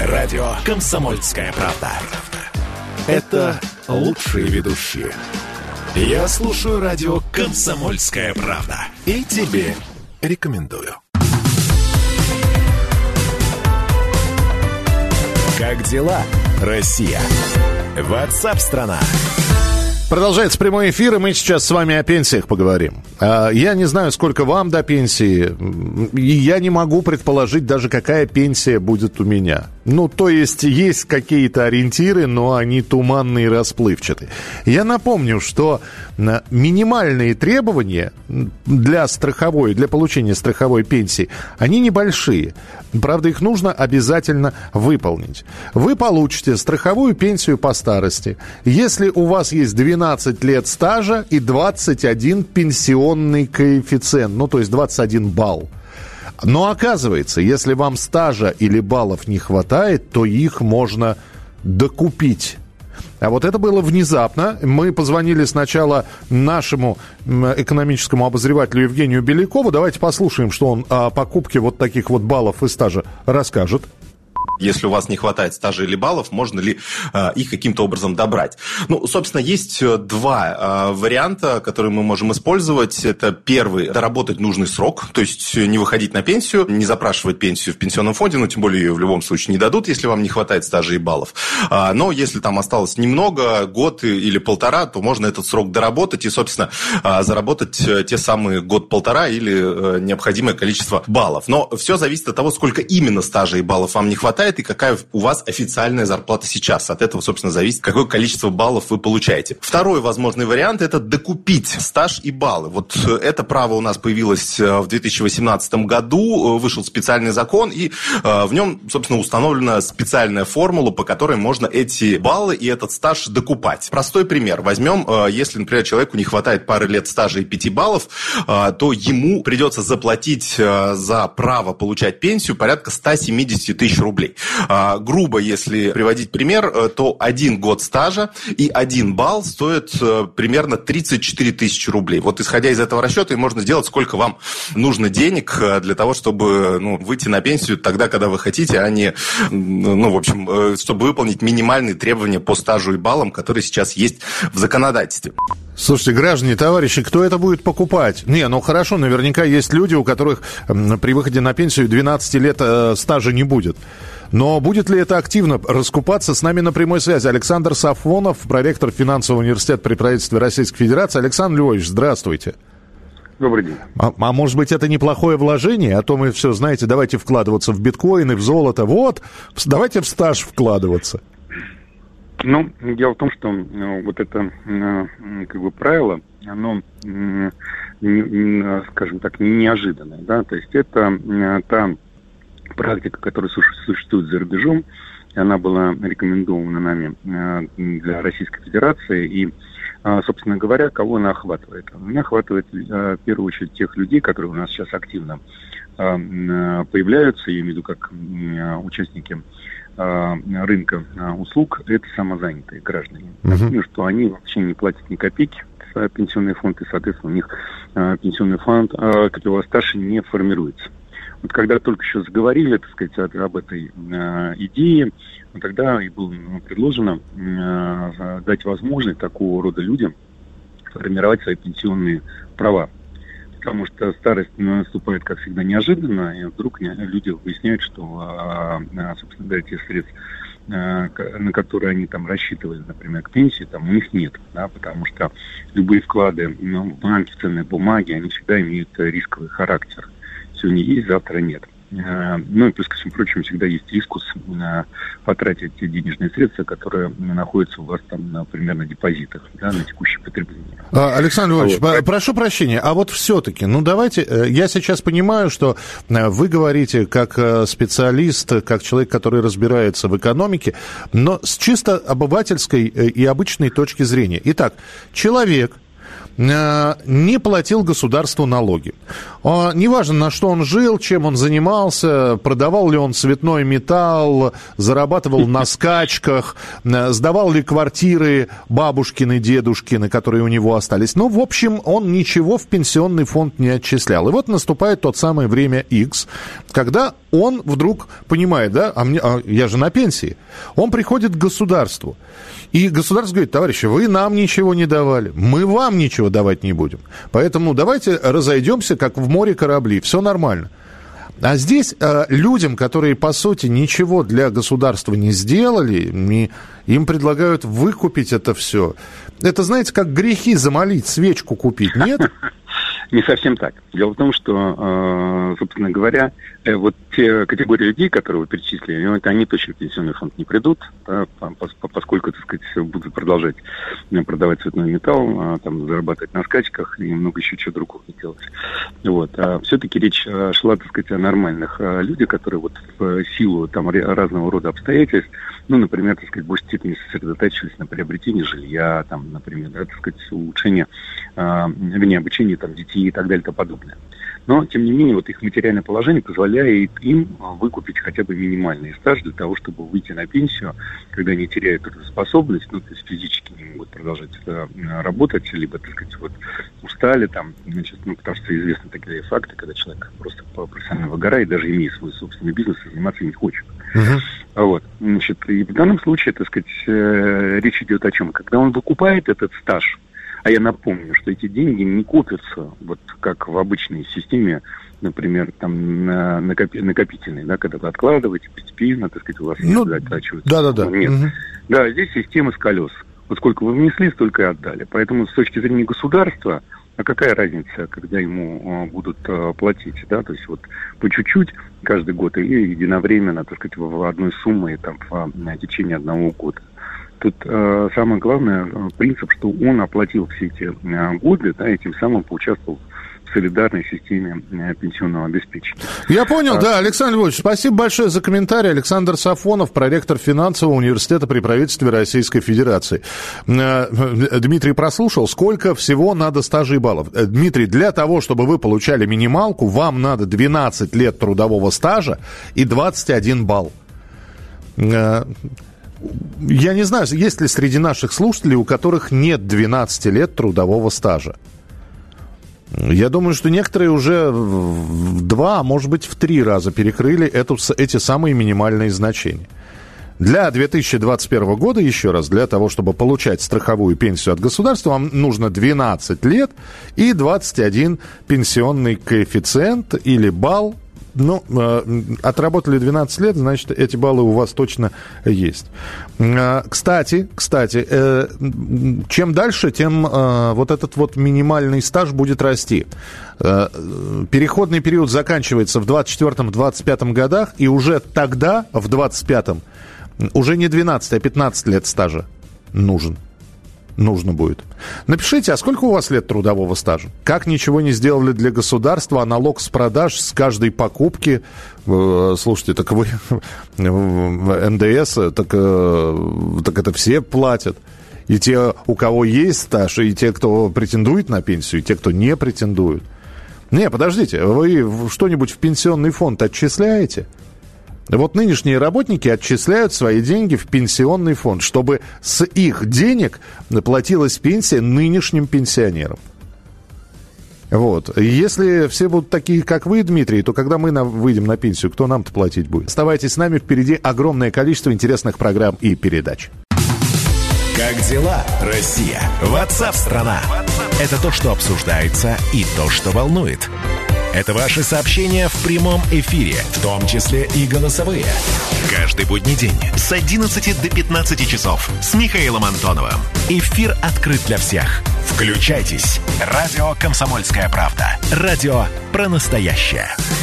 Радио «Комсомольская правда». Это лучшие ведущие. Я слушаю радио «Комсомольская правда». И тебе рекомендую. Как дела, Россия? WhatsApp-страна. Продолжается прямой эфир, и мы сейчас с вами о пенсиях поговорим. Я не знаю, сколько вам до пенсии, и я не могу предположить даже, какая пенсия будет у меня. Ну, то есть какие-то ориентиры, но они туманные и расплывчатые. Я напомню, что минимальные требования для получения страховой пенсии, они небольшие. Правда, их нужно обязательно выполнить. Вы получите страховую пенсию по старости, если у вас есть 12 лет стажа и 21 пенсионный коэффициент, ну, то есть 21 балл. Но оказывается, если вам стажа или баллов не хватает, то их можно докупить. А вот это было внезапно. Мы позвонили сначала нашему экономическому обозревателю Евгению Белякову. Давайте послушаем, что он о покупке вот таких вот баллов и стажа расскажет. Если у вас не хватает стажа или баллов, можно ли их каким-то образом добрать? Ну, собственно, есть два варианта, которые мы можем использовать. Это первый – доработать нужный срок, то есть не выходить на пенсию, не запрашивать пенсию в пенсионном фонде, но тем более ее в любом случае не дадут, если вам не хватает стажа и баллов. Но если там осталось немного, год или полтора, то можно этот срок доработать и, собственно, заработать те самые год-полтора или необходимое количество баллов. Но все зависит от того, сколько именно стажа и баллов вам не хватает, и какая у вас официальная зарплата сейчас. От этого, собственно, зависит, какое количество баллов вы получаете. Второй возможный вариант – это докупить стаж и баллы. Вот это право у нас появилось в 2018 году, вышел специальный закон, и в нем, собственно, установлена специальная формула, по которой можно эти баллы и этот стаж докупать. Простой пример. Возьмем, если, например, человеку не хватает пары лет стажа и 5 баллов, то ему придется заплатить за право получать пенсию порядка 170 тысяч рублей. Грубо, если приводить пример, то 1 год стажа и 1 балл стоит примерно 34 тысячи рублей. Вот исходя из этого расчета, можно сделать, сколько вам нужно денег для того, чтобы выйти на пенсию тогда, когда вы хотите, а не, чтобы выполнить минимальные требования по стажу и баллам, которые сейчас есть в законодательстве. Слушайте, граждане, товарищи, кто это будет покупать? Хорошо, наверняка есть люди, у которых при выходе на пенсию 12 лет стажа не будет. Но будет ли это активно раскупаться? С нами на прямой связи Александр Сафонов, проректор финансового университета при правительстве Российской Федерации. Александр Львович, здравствуйте. Добрый день. А может быть, это неплохое вложение? А то мы все, знаете, давайте вкладываться в биткоины, в золото. Вот, давайте в стаж вкладываться. Дело в том, что вот это правило, оно, скажем так, неожиданное, да, то есть это та практика, которая существует за рубежом, она была рекомендована нами для Российской Федерации, и, собственно говоря, кого она охватывает? Она охватывает, в первую очередь, тех людей, которые у нас сейчас активно появляются, я имею в виду как участники рынка услуг, это самозанятые граждане. Напомню, что они вообще не платят ни копейки в пенсионный фонд, и, соответственно, у них пенсионный фонд капиталового стажа не формируется. Вот когда только еще заговорили, так сказать, об этой идее, тогда и было предложено дать возможность такого рода людям формировать свои пенсионные права. Потому что старость наступает, как всегда, неожиданно, и вдруг люди выясняют, что, собственно говоря, тех средств, на которые они там рассчитывали, например, к пенсии, там у них нет, да, потому что любые вклады в банки, в ценные бумаги, они всегда имеют рисковый характер. Сегодня есть, завтра нет. И плюс ко всему прочему всегда есть риск потратить те денежные средства, которые находятся у вас там, например, на депозитах, да, на текущее потребление. Александр Львович, прошу прощения, а вот все-таки, давайте, я сейчас понимаю, что вы говорите как специалист, как человек, который разбирается в экономике, но с чисто обывательской и обычной точки зрения. Итак, человек не платил государству налоги. Неважно, на что он жил, чем он занимался, продавал ли он цветной металл, зарабатывал на скачках, сдавал ли квартиры бабушкины, дедушкины, которые у него остались. Ну, в общем, он ничего в пенсионный фонд не отчислял. И вот наступает тот самое время X, когда он вдруг понимает, да, я же на пенсии. Он приходит к государству. И государство говорит: товарищи, вы нам ничего не давали, мы вам ничего давать не будем. Поэтому давайте разойдемся, как в море корабли, все нормально. А здесь людям, которые, по сути, ничего для государства не сделали, им предлагают выкупить это все. Это, знаете, как грехи замолить, свечку купить, нет? Не совсем так. Дело в том, что, собственно говоря, вот те категории людей, которые вы перечислили, они точно в пенсионный фонд не придут, да, поскольку, так сказать, будут продолжать продавать цветной металл, там, зарабатывать на скачках и много еще чего другого делать. Вот. А все-таки речь шла, так сказать, о нормальных людях, которые вот в силу там разного рода обстоятельств, ну, например, так сказать, в большей степени сосредотачивались на приобретении жилья, там, например, да, так сказать, улучшение, обучение там детей и так далее и тому подобное. Но, тем не менее, вот их материальное положение позволяет им выкупить хотя бы минимальный стаж для того, чтобы выйти на пенсию, когда они теряют эту способность, ну, то есть физически не могут продолжать работать, либо, так сказать, вот устали там, значит, ну, потому что известны такие факты, когда человек просто профессионально выгорает, даже имея свой собственный бизнес, заниматься не хочет. Вот, значит, и в данном случае, так сказать, речь идет о чем? Когда он выкупает этот стаж, а я напомню, что эти деньги не копятся, вот как в обычной системе, например, там накопительной, да, когда вы откладываете постепенно, так сказать, у вас затрачиваются. Да. Нет. Да, здесь система с колес. Вот сколько вы внесли, столько и отдали. Поэтому с точки зрения государства, а какая разница, когда ему будут платить, да, то есть вот по чуть-чуть каждый год или единовременно, так сказать, в одной сумме там в течение одного года. Тут самое главное принцип, что он оплатил все эти годы, да, и тем самым поучаствовал в солидарной системе пенсионного обеспечения. Я понял, да, Александр Львович, спасибо большое за комментарий. Александр Сафонов, проректор финансового университета при правительстве Российской Федерации. Дмитрий прослушал, сколько всего надо стажей и баллов. Дмитрий, для того, чтобы вы получали минималку, вам надо 12 лет трудового стажа и 21 балл. Я не знаю, есть ли среди наших слушателей, у которых нет 12 лет трудового стажа. Я думаю, что некоторые уже в 2, а может быть в 3 раза перекрыли эти самые минимальные значения. Для 2021 года, еще раз, для того, чтобы получать страховую пенсию от государства, вам нужно 12 лет и 21 пенсионный коэффициент или балл. Ну, отработали 12 лет, значит, эти баллы у вас точно есть. Кстати, чем дальше, тем вот этот вот минимальный стаж будет расти. Переходный период заканчивается в 24-25 годах, и уже тогда, в 25-м, уже не 12, а 15 лет стажа нужно будет. Напишите, а сколько у вас лет трудового стажа? Как ничего не сделали для государства, а налог с продаж с каждой покупки? Слушайте, так вы НДС, так это все платят. И те, у кого есть стаж, и те, кто претендует на пенсию, и те, кто не претендует. Не, подождите, вы что-нибудь в пенсионный фонд отчисляете? Вот нынешние работники отчисляют свои деньги в пенсионный фонд, чтобы с их денег платилась пенсия нынешним пенсионерам. Вот. Если все будут такие, как вы, Дмитрий, то когда мы выйдем на пенсию, кто нам-то платить будет? Оставайтесь с нами, впереди огромное количество интересных программ и передач. Как дела, Россия? WhatsApp-страна! Это то, что обсуждается, и то, что волнует. Это ваши сообщения в прямом эфире, в том числе и голосовые. Каждый будний день с 11 до 15 часов с Михаилом Антоновым. Эфир открыт для всех. Включайтесь. Радио «Комсомольская правда». Радио про настоящее.